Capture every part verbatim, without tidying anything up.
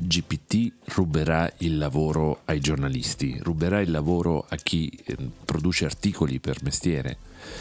ChatGPT ruberà il lavoro ai giornalisti, ruberà il lavoro a chi eh, produce articoli per mestiere.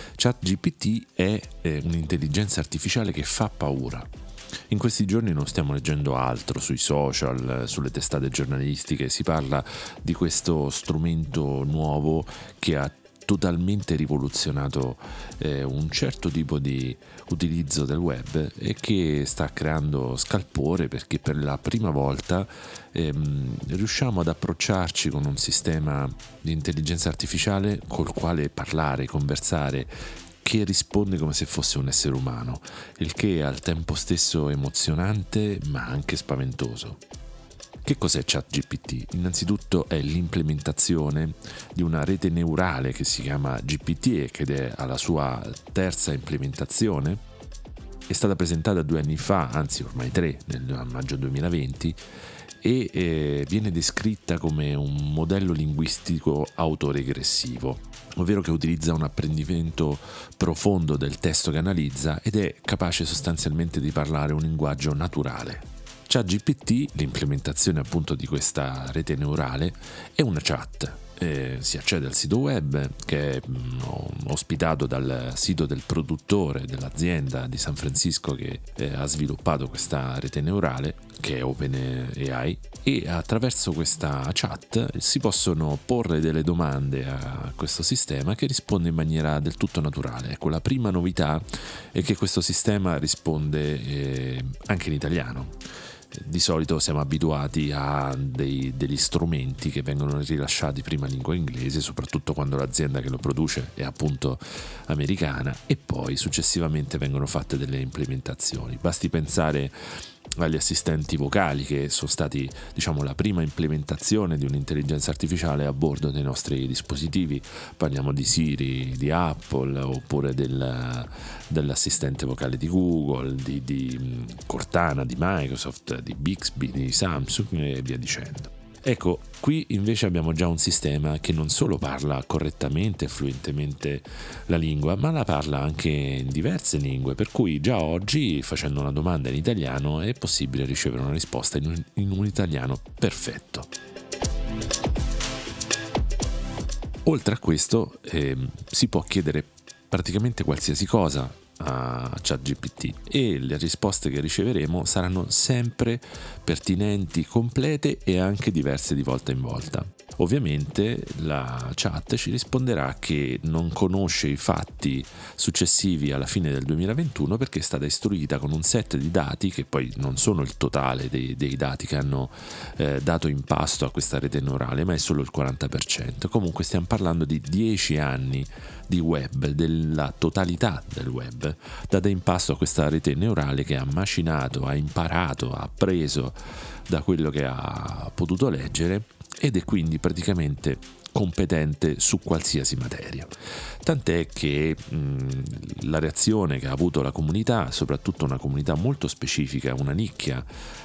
ChatGPT è eh, un'intelligenza artificiale che fa paura. In questi giorni non stiamo leggendo altro sui social, sulle testate giornalistiche, si parla di questo strumento nuovo che ha totalmente rivoluzionato eh, un certo tipo di utilizzo del web e che sta creando scalpore perché per la prima volta ehm, riusciamo ad approcciarci con un sistema di intelligenza artificiale col quale parlare, conversare, che risponde come se fosse un essere umano, il che è al tempo stesso emozionante ma anche spaventoso. Che cos'è ChatGPT? Innanzitutto è l'implementazione di una rete neurale che si chiama G P T e che è alla sua terza implementazione. È stata presentata due anni fa, anzi ormai tre, nel maggio duemilaventi, e eh, viene descritta come un modello linguistico autoregressivo, ovvero che utilizza un apprendimento profondo del testo che analizza ed è capace sostanzialmente di parlare un linguaggio naturale. ChatGPT, l'implementazione appunto di questa rete neurale, è una chat. Eh, si accede al sito web che è mh, ospitato dal sito del produttore dell'azienda di San Francisco che eh, ha sviluppato questa rete neurale, che è OpenAI, e attraverso questa chat si possono porre delle domande a questo sistema che risponde in maniera del tutto naturale. Ecco, la prima novità è che questo sistema risponde eh, anche in italiano. Di solito siamo abituati a dei, degli strumenti che vengono rilasciati prima in lingua inglese, soprattutto quando l'azienda che lo produce è appunto americana, e poi successivamente vengono fatte delle implementazioni. Basti pensare agli assistenti vocali che sono stati, diciamo, la prima implementazione di un'intelligenza artificiale a bordo dei nostri dispositivi. Parliamo di Siri, di Apple, oppure del, dell'assistente vocale di Google, di, di Cortana, di Microsoft, di Bixby, di Samsung e via dicendo. Ecco, qui invece abbiamo già un sistema che non solo parla correttamente e fluentemente la lingua, ma la parla anche in diverse lingue, per cui già oggi, facendo una domanda in italiano, è possibile ricevere una risposta in un, in un italiano perfetto. Oltre a questo, eh, si può chiedere praticamente qualsiasi cosa a ChatGPT e le risposte che riceveremo saranno sempre pertinenti, complete e anche diverse di volta in volta. Ovviamente la chat ci risponderà che non conosce i fatti successivi alla fine del duemilaventuno perché è stata istruita con un set di dati che poi non sono il totale dei, dei dati che hanno eh, dato in pasto a questa rete neurale, ma è solo il quaranta per cento. Comunque stiamo parlando di dieci anni di web, della totalità del web, data in pasto a questa rete neurale che ha macinato, ha imparato, ha appreso da quello che ha potuto leggere ed è quindi praticamente competente su qualsiasi materia. Tant'è che mh, la reazione che ha avuto la comunità, soprattutto una comunità molto specifica, una nicchia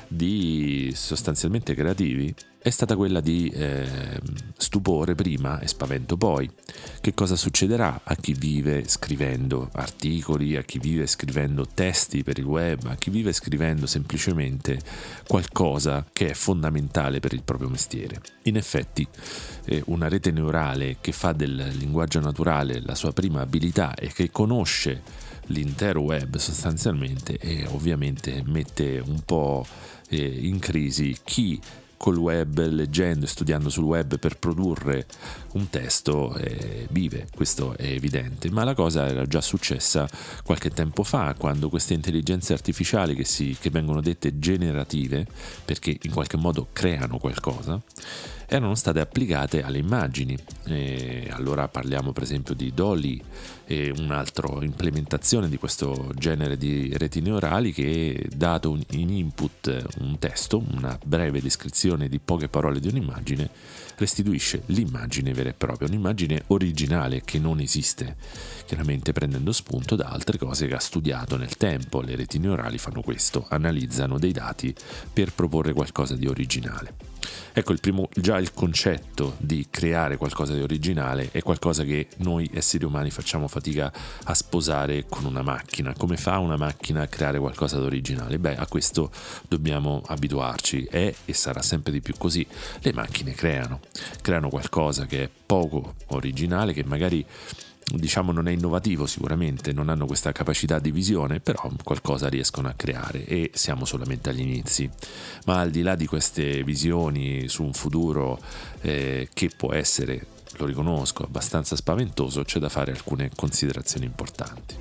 di sostanzialmente creativi, è stata quella di eh, stupore prima e spavento poi. Che cosa succederà a chi vive scrivendo articoli, a chi vive scrivendo testi per il web, a chi vive scrivendo semplicemente qualcosa che è fondamentale per il proprio mestiere? In effetti, eh, una rete neurale che fa del linguaggio naturale la sua prima abilità e che conosce l'intero web sostanzialmente, e ovviamente mette un po' eh, in crisi chi col web, leggendo e studiando sul web per produrre un testo, eh, vive, questo è evidente. Ma la cosa era già successa qualche tempo fa, quando queste intelligenze artificiali che, si, che vengono dette generative, perché in qualche modo creano qualcosa, erano state applicate alle immagini. E allora parliamo per esempio di DALL-E, e un'altra implementazione di questo genere di reti neurali che, dato in input un testo, una breve descrizione di poche parole di un'immagine, restituisce l'immagine vera e propria, un'immagine originale che non esiste, chiaramente prendendo spunto da altre cose che ha studiato nel tempo. Le reti neurali fanno questo, analizzano dei dati per proporre qualcosa di originale. Ecco, il primo, già il concetto di creare qualcosa di originale è qualcosa che noi esseri umani facciamo fatica a sposare con una macchina. Come fa una macchina a creare qualcosa di originale? Beh, a questo dobbiamo abituarci, è e sarà sempre di più così. Le macchine creano, creano qualcosa che è poco originale, che magari diciamo non è innovativo, sicuramente non hanno questa capacità di visione, però qualcosa riescono a creare e siamo solamente agli inizi. Ma al di là di queste visioni su un futuro eh, che può essere, lo riconosco, abbastanza spaventoso, c'è da fare alcune considerazioni importanti.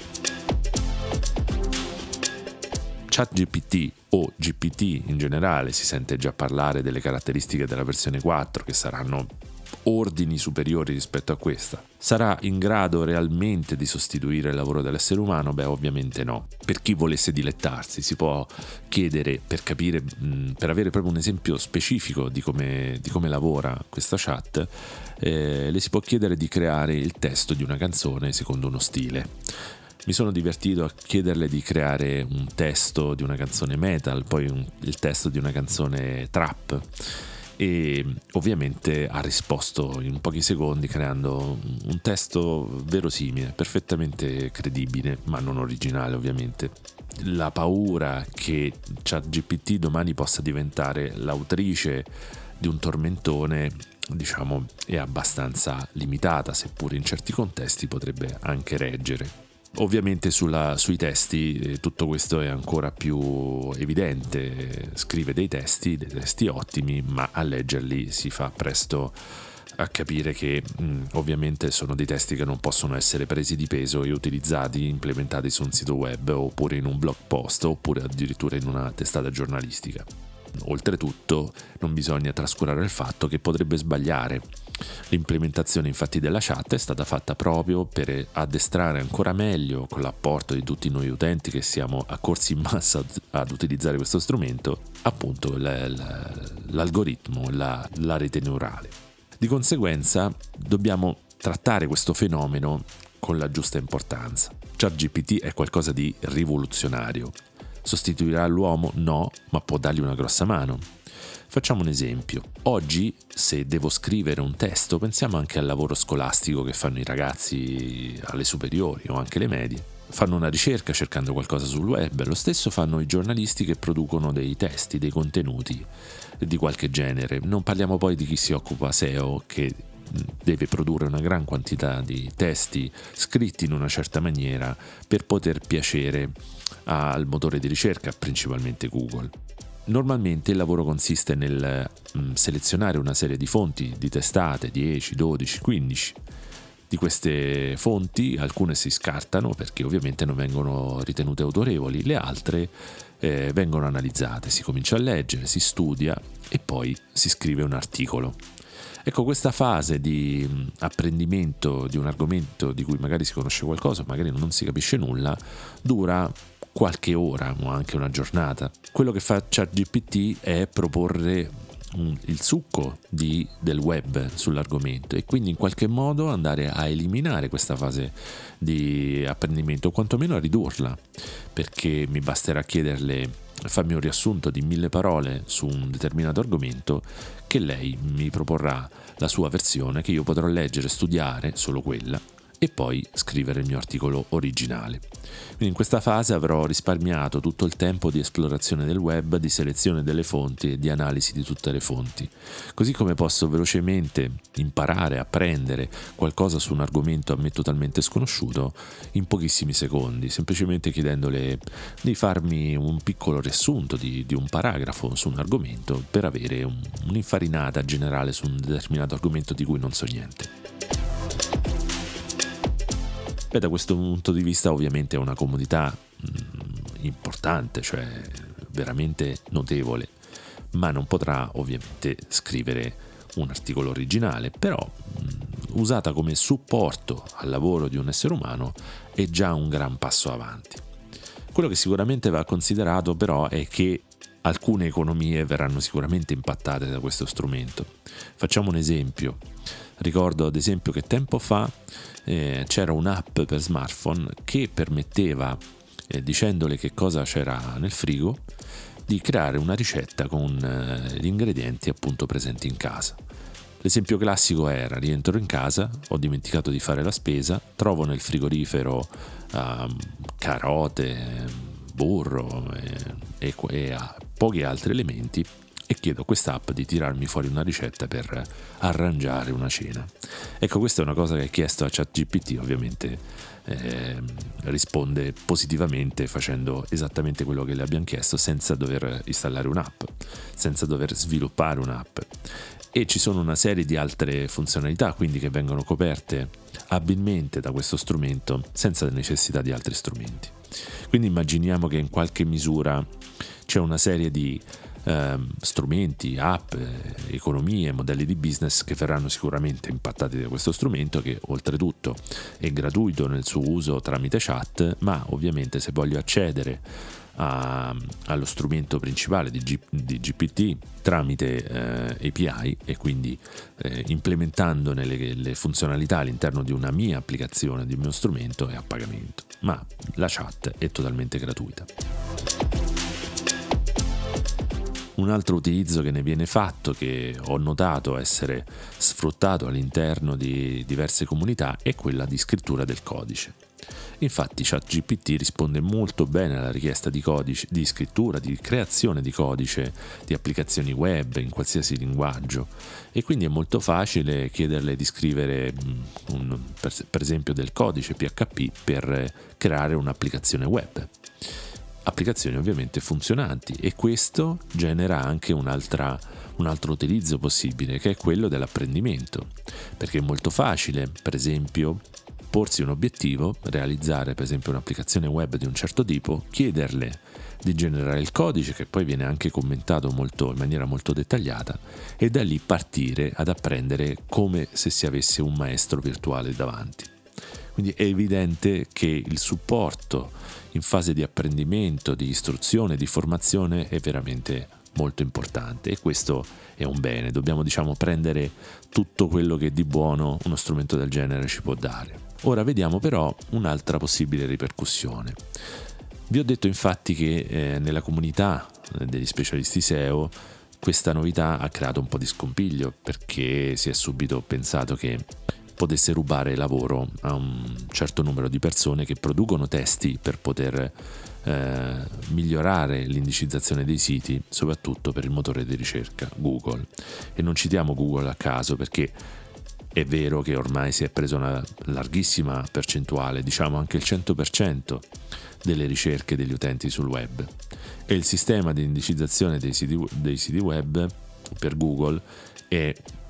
ChatGPT o G P T in generale, si sente già parlare delle caratteristiche della versione quattro che saranno ordini superiori rispetto a questa. Sarà in grado realmente di sostituire il lavoro dell'essere umano? Beh, ovviamente no. Per chi volesse dilettarsi si può chiedere, per capire, per avere proprio un esempio specifico di come, di come lavora questa chat, eh, le si può chiedere di creare il testo di una canzone secondo uno stile. Mi sono divertito a chiederle di creare un testo di una canzone metal, poi un, il testo di una canzone trap, e ovviamente ha risposto in pochi secondi creando un testo verosimile, perfettamente credibile, ma non originale ovviamente. La paura che ChatGPT domani possa diventare l'autrice di un tormentone, diciamo, è abbastanza limitata, seppur in certi contesti potrebbe anche reggere. Ovviamente sulla, sui testi eh, tutto questo è ancora più evidente, scrive dei testi, dei testi ottimi, ma a leggerli si fa presto a capire che mh, ovviamente sono dei testi che non possono essere presi di peso e utilizzati, implementati su un sito web oppure in un blog post oppure addirittura in una testata giornalistica. Oltretutto non bisogna trascurare il fatto che potrebbe sbagliare. L'implementazione infatti della chat è stata fatta proprio per addestrare ancora meglio, con l'apporto di tutti noi utenti che siamo accorsi in massa ad utilizzare questo strumento, appunto l'algoritmo, la, la rete neurale. Di conseguenza dobbiamo trattare questo fenomeno con la giusta importanza. ChatGPT è qualcosa di rivoluzionario. Sostituirà l'uomo? No, ma può dargli una grossa mano. Facciamo un esempio. Oggi, se devo scrivere un testo, pensiamo anche al lavoro scolastico che fanno i ragazzi alle superiori o anche le medie. Fanno una ricerca cercando qualcosa sul web, lo stesso fanno i giornalisti che producono dei testi, dei contenuti di qualche genere. Non parliamo poi di chi si occupa S E O, che deve produrre una gran quantità di testi scritti in una certa maniera per poter piacere al motore di ricerca, principalmente Google. Normalmente il lavoro consiste nel mh, selezionare una serie di fonti di testate, dieci, dodici, quindici. Di queste fonti alcune si scartano perché ovviamente non vengono ritenute autorevoli, le altre eh, vengono analizzate, si comincia a leggere, si studia e poi si scrive un articolo. Ecco, questa fase di apprendimento di un argomento di cui magari si conosce qualcosa, magari non si capisce nulla, dura qualche ora o anche una giornata. Quello che fa ChatGPT è proporre un, il succo di, del web sull'argomento e quindi in qualche modo andare a eliminare questa fase di apprendimento o quantomeno a ridurla, perché mi basterà chiederle fammi un riassunto di mille parole su un determinato argomento che lei mi proporrà la sua versione che io potrò leggere, studiare, solo quella, e poi scrivere il mio articolo originale. Quindi in questa fase avrò risparmiato tutto il tempo di esplorazione del web, di selezione delle fonti e di analisi di tutte le fonti. Così come posso velocemente imparare, apprendere qualcosa su un argomento a me totalmente sconosciuto in pochissimi secondi, semplicemente chiedendole di farmi un piccolo riassunto di, di un paragrafo su un argomento per avere un, un'infarinata generale su un determinato argomento di cui non so niente. Beh, da questo punto di vista ovviamente è una comodità mh, importante, cioè veramente notevole, ma non potrà ovviamente scrivere un articolo originale, però mh, usata come supporto al lavoro di un essere umano è già un gran passo avanti. Quello che sicuramente va considerato però è che alcune economie verranno sicuramente impattate da questo strumento. Facciamo un esempio. Ricordo ad esempio che tempo fa eh, c'era un'app per smartphone che permetteva, eh, dicendole che cosa c'era nel frigo, di creare una ricetta con eh, gli ingredienti appunto presenti in casa. L'esempio classico era: rientro in casa, ho dimenticato di fare la spesa, trovo nel frigorifero uh, carote, burro e, e, e pochi altri elementi e chiedo a quest'app di tirarmi fuori una ricetta per arrangiare una cena. Ecco, questa è una cosa che hai chiesto a ChatGPT, ovviamente eh, risponde positivamente facendo esattamente quello che le abbiamo chiesto, senza dover installare un'app, senza dover sviluppare un'app. E ci sono una serie di altre funzionalità quindi che vengono coperte abilmente da questo strumento senza necessità di altri strumenti. Quindi immaginiamo che in qualche misura c'è una serie di eh, strumenti, app, eh, economie, modelli di business che verranno sicuramente impattati da questo strumento, che oltretutto è gratuito nel suo uso tramite chat, ma ovviamente se voglio accedere A, allo strumento principale di, G, di G P T tramite eh, A P I e quindi eh, implementandone le, le funzionalità all'interno di una mia applicazione, di un mio strumento, è a pagamento, ma la chat è totalmente gratuita. Un altro utilizzo che ne viene fatto, che ho notato essere sfruttato all'interno di diverse comunità, è quella di scrittura del codice. Infatti ChatGPT risponde molto bene alla richiesta di codice, di scrittura, di creazione di codice, di applicazioni web in qualsiasi linguaggio, e quindi è molto facile chiederle di scrivere un, per, per esempio del codice P H P per creare un'applicazione web. Applicazioni ovviamente funzionanti, e questo genera anche un'altra, un altro utilizzo possibile, che è quello dell'apprendimento, perché è molto facile, per esempio, porsi un obiettivo, realizzare per esempio un'applicazione web di un certo tipo, chiederle di generare il codice, che poi viene anche commentato molto, in maniera molto dettagliata, e da lì partire ad apprendere come se si avesse un maestro virtuale davanti. Quindi è evidente che il supporto in fase di apprendimento, di istruzione, di formazione è veramente molto importante, e questo è un bene. Dobbiamo, diciamo, prendere tutto quello che di buono uno strumento del genere ci può dare. Ora vediamo però un'altra possibile ripercussione. Vi ho detto infatti che eh, nella comunità degli specialisti S E O questa novità ha creato un po' di scompiglio, perché si è subito pensato che potesse rubare lavoro a un certo numero di persone che producono testi per poter eh, migliorare l'indicizzazione dei siti, soprattutto per il motore di ricerca Google. E non citiamo Google a caso, perché è vero che ormai si è preso una larghissima percentuale, diciamo anche il cento per cento delle ricerche degli utenti sul web, e il sistema di indicizzazione dei siti, dei siti web per Google è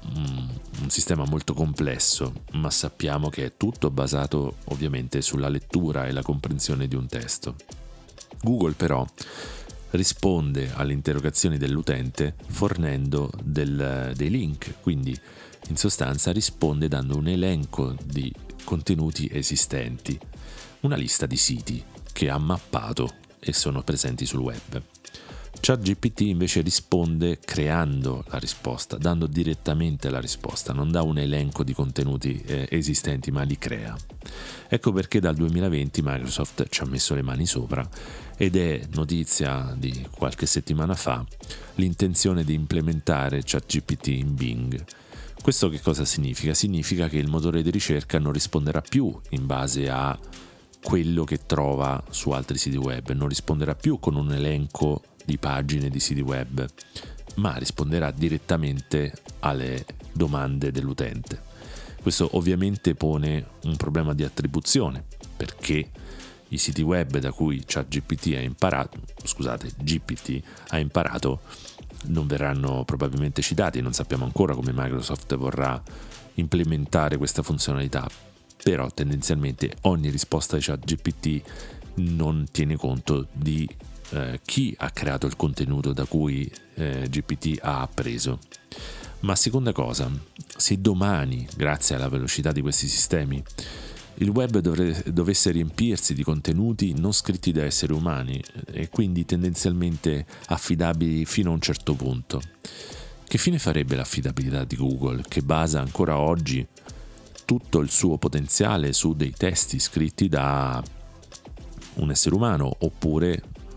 un sistema molto complesso, ma sappiamo che è tutto basato ovviamente sulla lettura e la comprensione di un testo. Google però risponde alle interrogazioni dell'utente fornendo del, dei link, quindi in sostanza risponde dando un elenco di contenuti esistenti, una lista di siti che ha mappato e sono presenti sul web. ChatGPT invece risponde creando la risposta, dando direttamente la risposta, non dà un elenco di contenuti eh, esistenti, ma li crea. Ecco perché dal duemilaventi Microsoft ci ha messo le mani sopra, ed è notizia di qualche settimana fa l'intenzione di implementare ChatGPT in Bing. Questo che cosa significa? Significa che il motore di ricerca non risponderà più in base a quello che trova su altri siti web, non risponderà più con un elenco di pagine di siti web, ma risponderà direttamente alle domande dell'utente. Questo ovviamente pone un problema di attribuzione, perché i siti web da cui ChatGPT ha imparato, scusate, G P T ha imparato, non verranno probabilmente citati. Non sappiamo ancora come Microsoft vorrà implementare questa funzionalità, però tendenzialmente ogni risposta di ChatGPT non tiene conto di eh, chi ha creato il contenuto da cui eh, G P T ha appreso. Ma seconda cosa, se domani, grazie alla velocità di questi sistemi, il web dovre- dovesse riempirsi di contenuti non scritti da esseri umani e quindi tendenzialmente affidabili fino a un certo punto, che fine farebbe l'affidabilità di Google, che basa ancora oggi tutto il suo potenziale su dei testi scritti da un essere umano, oppure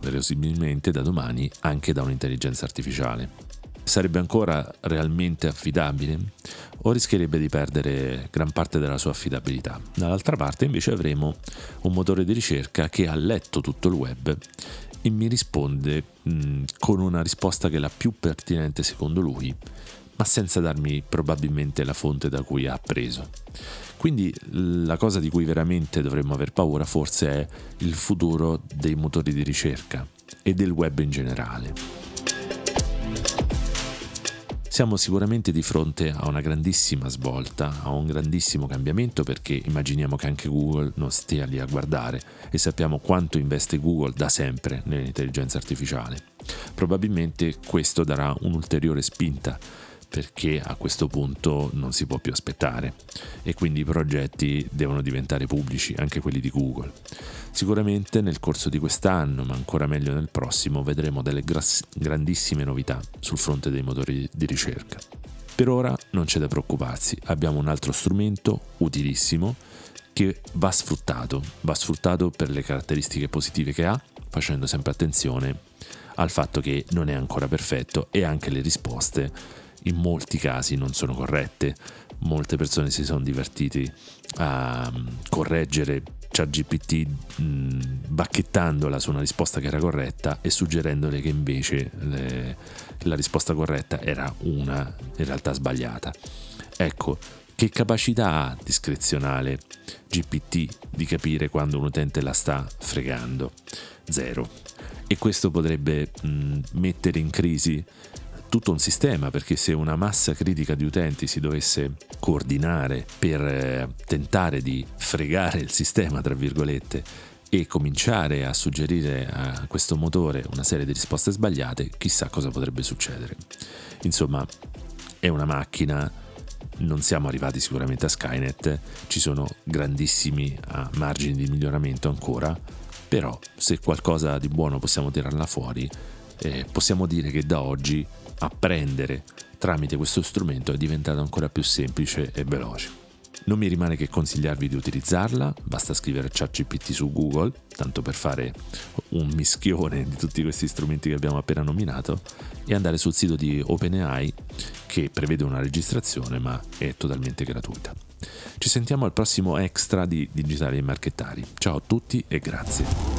verosimilmente da domani anche da un'intelligenza artificiale. Sarebbe ancora realmente affidabile o rischierebbe di perdere gran parte della sua affidabilità? Dall'altra parte invece avremo un motore di ricerca che ha letto tutto il web e mi risponde mh, con una risposta che è la più pertinente secondo lui, ma senza darmi probabilmente la fonte da cui ha appreso. Quindi la cosa di cui veramente dovremmo aver paura forse è il futuro dei motori di ricerca e del web in generale. Siamo sicuramente di fronte a una grandissima svolta, a un grandissimo cambiamento, perché immaginiamo che anche Google non stia lì a guardare e sappiamo quanto investe Google da sempre nell'intelligenza artificiale. Probabilmente questo darà un'ulteriore spinta, perché a questo punto non si può più aspettare e quindi i progetti devono diventare pubblici, anche quelli di Google. Sicuramente nel corso di quest'anno, ma ancora meglio nel prossimo, vedremo delle gras- grandissime novità sul fronte dei motori di ricerca. Per ora non c'è da preoccuparsi, abbiamo un altro strumento utilissimo che va sfruttato, va sfruttato per le caratteristiche positive che ha, facendo sempre attenzione al fatto che non è ancora perfetto e anche le risposte in molti casi non sono corrette. Molte persone si sono divertiti a correggere ChatGPT mh, bacchettandola su una risposta che era corretta e suggerendole che invece le, la risposta corretta era una in realtà sbagliata. Ecco, che capacità ha discrezionale G P T di capire quando un utente la sta fregando? Zero. E questo potrebbe mh, mettere in crisi tutto un sistema, perché se una massa critica di utenti si dovesse coordinare per eh, tentare di fregare il sistema, tra virgolette, e cominciare a suggerire a questo motore una serie di risposte sbagliate, chissà cosa potrebbe succedere. Insomma, è una macchina, non siamo arrivati sicuramente a Skynet, ci sono grandissimi uh, margini di miglioramento ancora, però se qualcosa di buono possiamo tirarla fuori, eh, possiamo dire che da oggi apprendere tramite questo strumento è diventato ancora più semplice e veloce. Non mi rimane che consigliarvi di utilizzarla, basta scrivere ChatGPT su Google, tanto per fare un mischione di tutti questi strumenti che abbiamo appena nominato, e andare sul sito di OpenAI che prevede una registrazione ma è totalmente gratuita. Ci sentiamo al prossimo extra di Digitali e Marchettari. Ciao a tutti e grazie.